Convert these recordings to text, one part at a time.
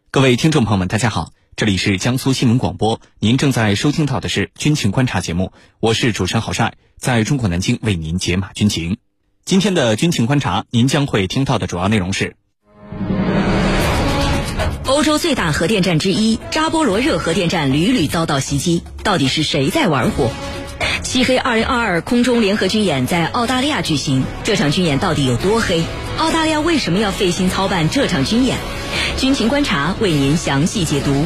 各位听众朋友们，大家好，这里是江苏新闻广播，您正在收听到的是军情观察节目，我是主持人郝帅，在中国南京为您解码军情。今天的军情观察，您将会听到的主要内容是： 欧洲最大核电站之一扎波罗热核电站屡屡遭到袭击，到底是谁在玩火？漆黑2022空中联合军演在澳大利亚举行，这场军演到底有多黑？澳大利亚为什么要费心操办这场军演？军情观察为您详细解读。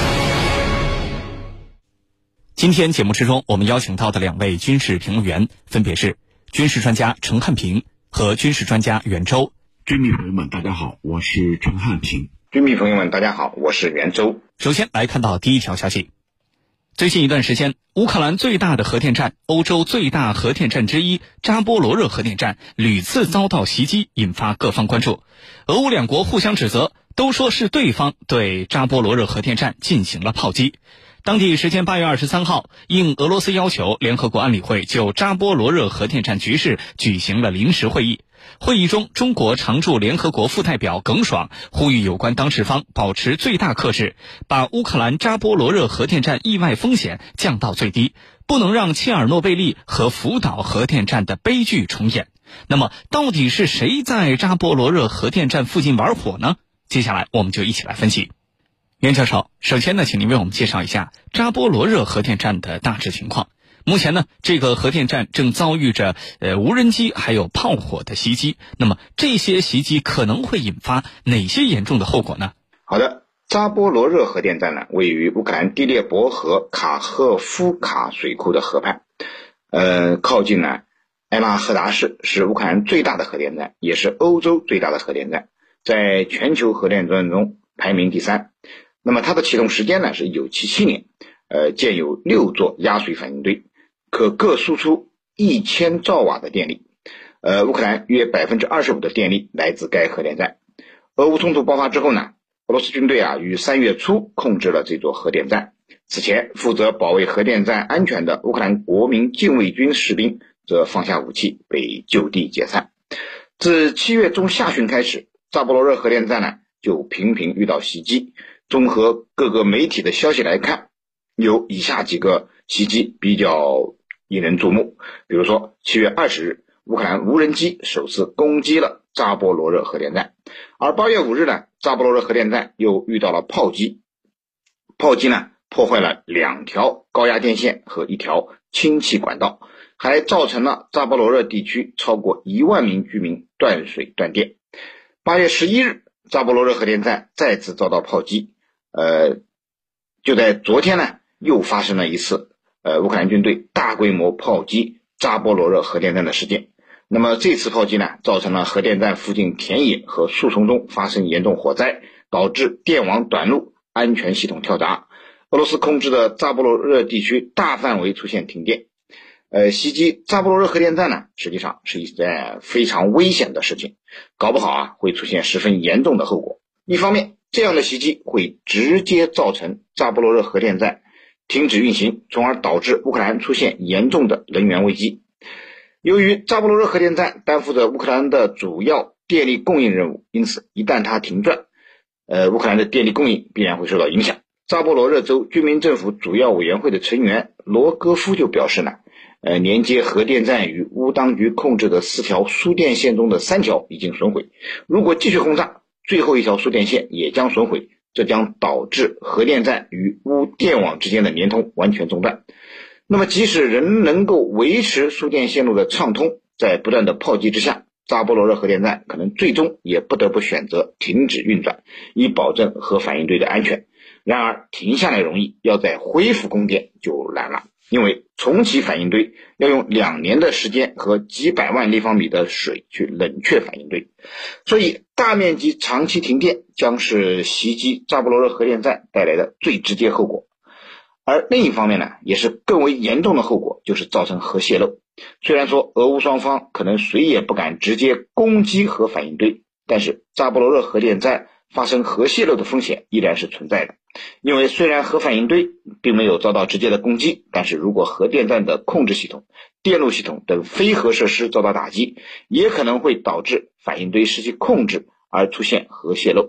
今天节目之中，我们邀请到的两位军事评论员分别是军事专家陈汉平和军事专家袁周。 军迷朋友们，大家好，我是陈汉平。 军迷朋友们，大家好，我是袁周。 首先来看到第一条消息。最近一段时间，乌克兰最大的核电站、欧洲最大核电站之一扎波罗热核电站屡次遭到袭击，引发各方关注。俄乌两国互相指责，都说是对方对扎波罗热核电站进行了炮击。当地时间8月23号，应俄罗斯要求，联合国安理会就扎波罗热核电站局势举行了临时会议。会议中，中国常驻联合国副代表耿爽呼吁有关当事方保持最大克制，把乌克兰扎波罗热核电站意外风险降到最低，不能让切尔诺贝利和福岛核电站的悲剧重演。那么，到底是谁在扎波罗热核电站附近玩火呢？接下来我们就一起来分析。袁教授，首先呢，请您为我们介绍一下扎波罗热核电站的大致情况。目前呢，这个核电站正遭遇着无人机还有炮火的袭击。那么这些袭击可能会引发哪些严重的后果呢？ 好的，扎波罗热核电站呢，位于乌克兰第列伯河卡赫夫卡水库的河畔，靠近呢埃拉赫达市，是乌克兰最大的核电站，也是欧洲最大的核电站，在全球核电站中排名第3。那么它的启动时间呢是1977年，建有6座压水反应堆，可各输出1000兆瓦的电力。乌克兰约25%的电力来自该核电站。俄乌冲突爆发之后呢，俄罗斯军队于3月初控制了这座核电站。此前负责保卫核电站安全的乌克兰国民禁卫军士兵则放下武器，被就地解散。自7月中下旬开始，扎波罗热核电站呢就频频遇到袭击。综合各个媒体的消息来看，有以下几个袭击比较引人注目。比如说7月20日，乌克兰无人机首次攻击了扎波罗热核电站，而8月5日呢，扎波罗热核电站又遇到了炮击。炮击呢破坏了2条高压电线和1条氢气管道，还造成了扎波罗热地区超过1万名居民断水断电。8月11日，扎波罗热核电站再次遭到炮击。就在昨天呢，又发生了一次乌克兰军队大规模炮击扎波罗热核电站的事件。那么这次炮击呢，造成了核电站附近田野和树丛中发生严重火灾，导致电网短路，安全系统跳闸。俄罗斯控制的扎波罗热地区大范围出现停电。袭击扎波罗热核电站呢，实际上是一件非常危险的事情，搞不好会出现十分严重的后果。一方面，这样的袭击会直接造成扎波罗热核电站停止运行，从而导致乌克兰出现严重的能源危机。由于扎波罗热核电站担负着乌克兰的主要电力供应任务，因此一旦它停转，乌克兰的电力供应必然会受到影响。扎波罗热州居民政府主要委员会的成员罗戈夫就表示呢，连接核电站与乌当局控制的4条输电线中的3条已经损毁，如果继续轰炸，最后一条输电线也将损毁，这将导致核电站与乌电网之间的连通完全中断。那么即使仍能够维持输电线路的畅通，在不断的炮击之下，扎波罗热核电站可能最终也不得不选择停止运转，以保证核反应堆的安全。然而停下来容易，要再恢复供电就难了，因为重启反应堆要用2年的时间和几百万立方米的水去冷却反应堆，所以大面积长期停电将是袭击扎波罗热核电站带来的最直接后果。而另一方面呢，也是更为严重的后果，就是造成核泄漏。虽然说俄乌双方可能谁也不敢直接攻击核反应堆，但是扎波罗热核电站发生核泄漏的风险依然是存在的。因为虽然核反应堆并没有遭到直接的攻击，但是如果核电站的控制系统、电路系统等非核设施遭到打击，也可能会导致反应堆失去控制而出现核泄漏。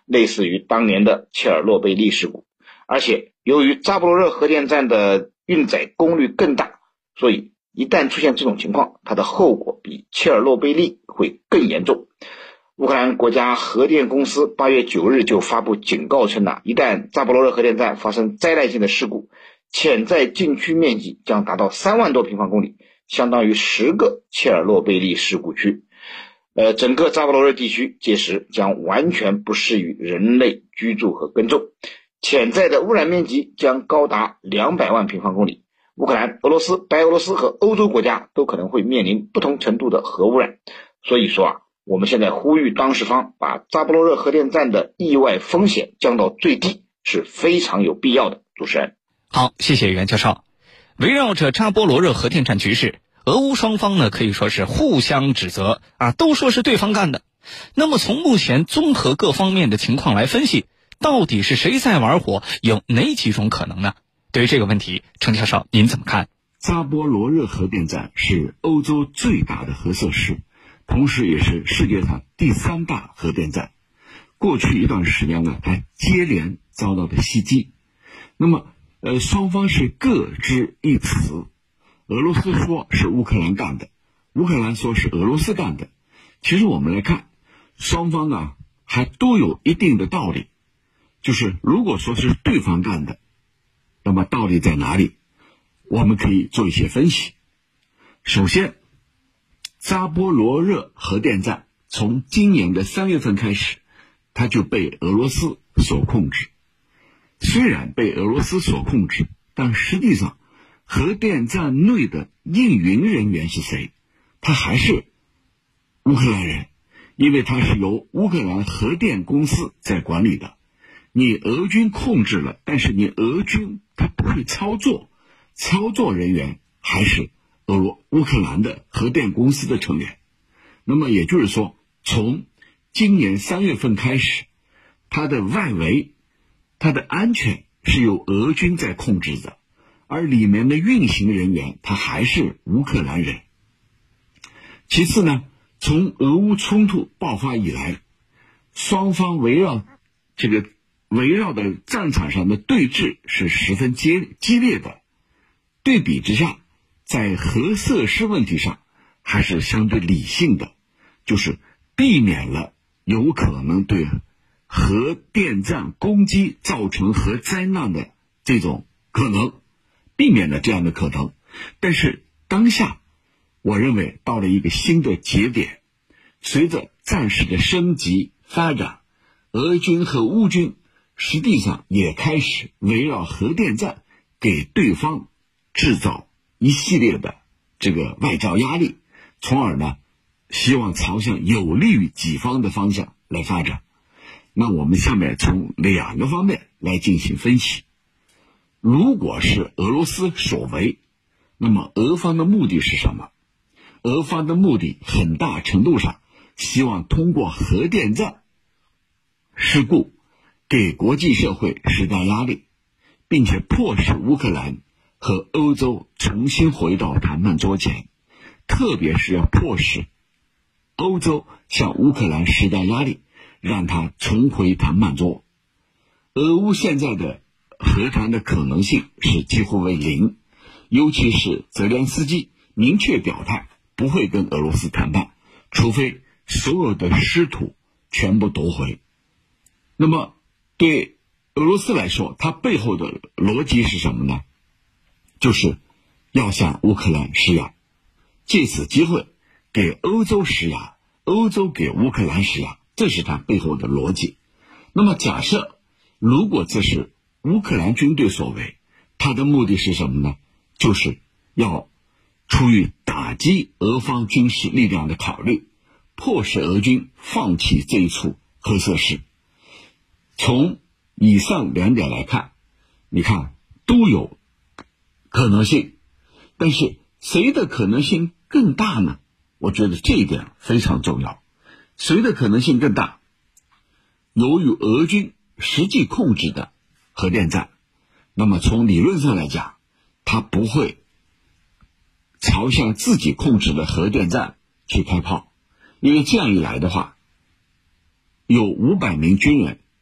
类似于当年的切尔诺贝利事故。而且由于扎波罗热核电站的运载功率更大，所以一旦出现这种情况，它的后果比切尔诺贝利会更严重。乌克兰国家核电公司8月9日就发布警告称一旦扎波罗热核电站发生灾难性的事故，潜在禁区面积将达到3万多平方公里，相当于10个切尔诺贝利事故区。整个扎波罗热地区届时将完全不适于人类居住和耕种，潜在的污染面积将高达200万平方公里。乌克兰、俄罗斯、白俄罗斯和欧洲国家都可能会面临不同程度的核污染。所以说我们现在呼吁当事方把扎波罗热核电站的意外风险降到最低是非常有必要的。主持人， 好，谢谢袁教授。围绕着扎波罗热核电站局势，俄乌双方呢可以说是互相指责都说是对方干的。那么从目前综合各方面的情况来分析，到底是谁在玩火，有哪几种可能呢？对于这个问题，程教授您怎么看？ 扎波罗热核电站是欧洲最大的核设施，同时也是世界上第3大核电站。过去一段时间呢，它接连遭到的袭击。那么双方是各执一词，俄罗斯说是乌克兰干的，乌克兰说是俄罗斯干的。其实我们来看，双方还都有一定的道理。就是如果说是对方干的，那么道理在哪里？我们可以做一些分析。首先，扎波罗热核电站从今年的3月份开始，它就被俄罗斯所控制。虽然被俄罗斯所控制，但实际上核电站内的运营人员是谁？他还是乌克兰人，因为它是由乌克兰核电公司在管理的。你俄军控制了，但是你俄军他不会操作，操作人员还是乌克兰的核电公司的成员。那么也就是说，从今年3月份开始，它的外围，它的安全是由俄军在控制的，而里面的运行人员他还是乌克兰人。其次呢，从俄乌冲突爆发以来，双方围绕的战场上的对峙是十分激烈的。对比之下，在核设施问题上还是相对理性的，就是避免了有可能对核电站攻击造成核灾难的这种可能，避免了这样的可能。但是当下我认为到了一个新的节点，随着战事的升级发展，俄军和乌军实际上也开始围绕核电站给对方制造一系列的这个外交压力，从而呢希望朝向有利于己方的方向来发展。那我们下面从2个方面来进行分析。如果是俄罗斯所为，那么俄方的目的是什么？俄方的目的很大程度上希望通过核电站事故给国际社会施加压力，并且迫使乌克兰和欧洲重新回到谈判桌前，特别是要迫使欧洲向乌克兰施加压力，让他重回谈判桌。俄乌现在的和谈的可能性是几乎为0，尤其是泽连斯基明确表态不会跟俄罗斯谈判，除非所有的失土全部夺回。那么对俄罗斯来说，它背后的逻辑是什么呢？就是要向乌克兰施压，借此机会给欧洲施压，欧洲给乌克兰施压，这是它背后的逻辑。那么假设如果这是乌克兰军队所为，它的目的是什么呢？就是要出于打击俄方军事力量的考虑，迫使俄军放弃这一处核设施。从以上2点来看，你看都有可能性，但是谁的可能性更大呢？我觉得这一点非常重要。谁的可能性更大？由于俄军实际控制的核电站，那么从理论上来讲，它不会朝向自己控制的核电站去开炮，因为这样一来的话，有500名军人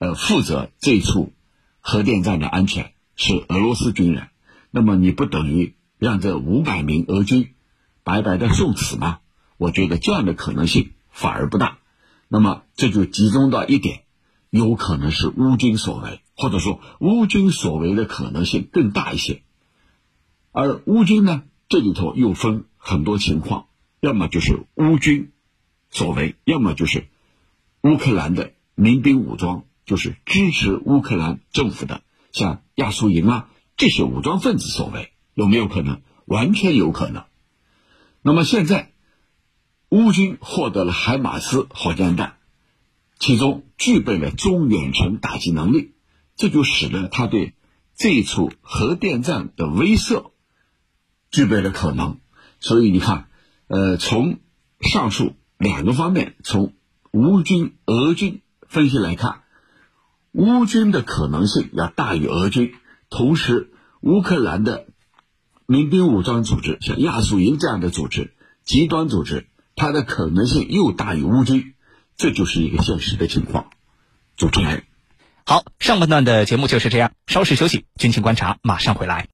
负责这处核电站的安全是俄罗斯军人，那么你不等于让这500名俄军白白的送死吗？我觉得这样的可能性反而不大。那么这就集中到一点，有可能是乌军所为，或者说乌军所为的可能性更大一些。而乌军呢，这里头又分很多情况，要么就是乌军所为，要么就是乌克兰的民兵武装，就是支持乌克兰政府的，像亚速营啊这些武装分子所为。有没有可能？完全有可能。那么现在乌军获得了海马斯火箭弹，其中具备了中远程打击能力，这就使得他对这处核电站的威慑具备了可能。所以你看从上述2个方面，从乌军俄军分析来看，乌军的可能性要大于俄军，同时乌克兰的民兵武装组织，像亚速营这样的组织，极端组织，它的可能性又大于乌军，这就是一个现实的情况。主持人， 好，上半段的节目就是这样，稍事休息，军情观察马上回来。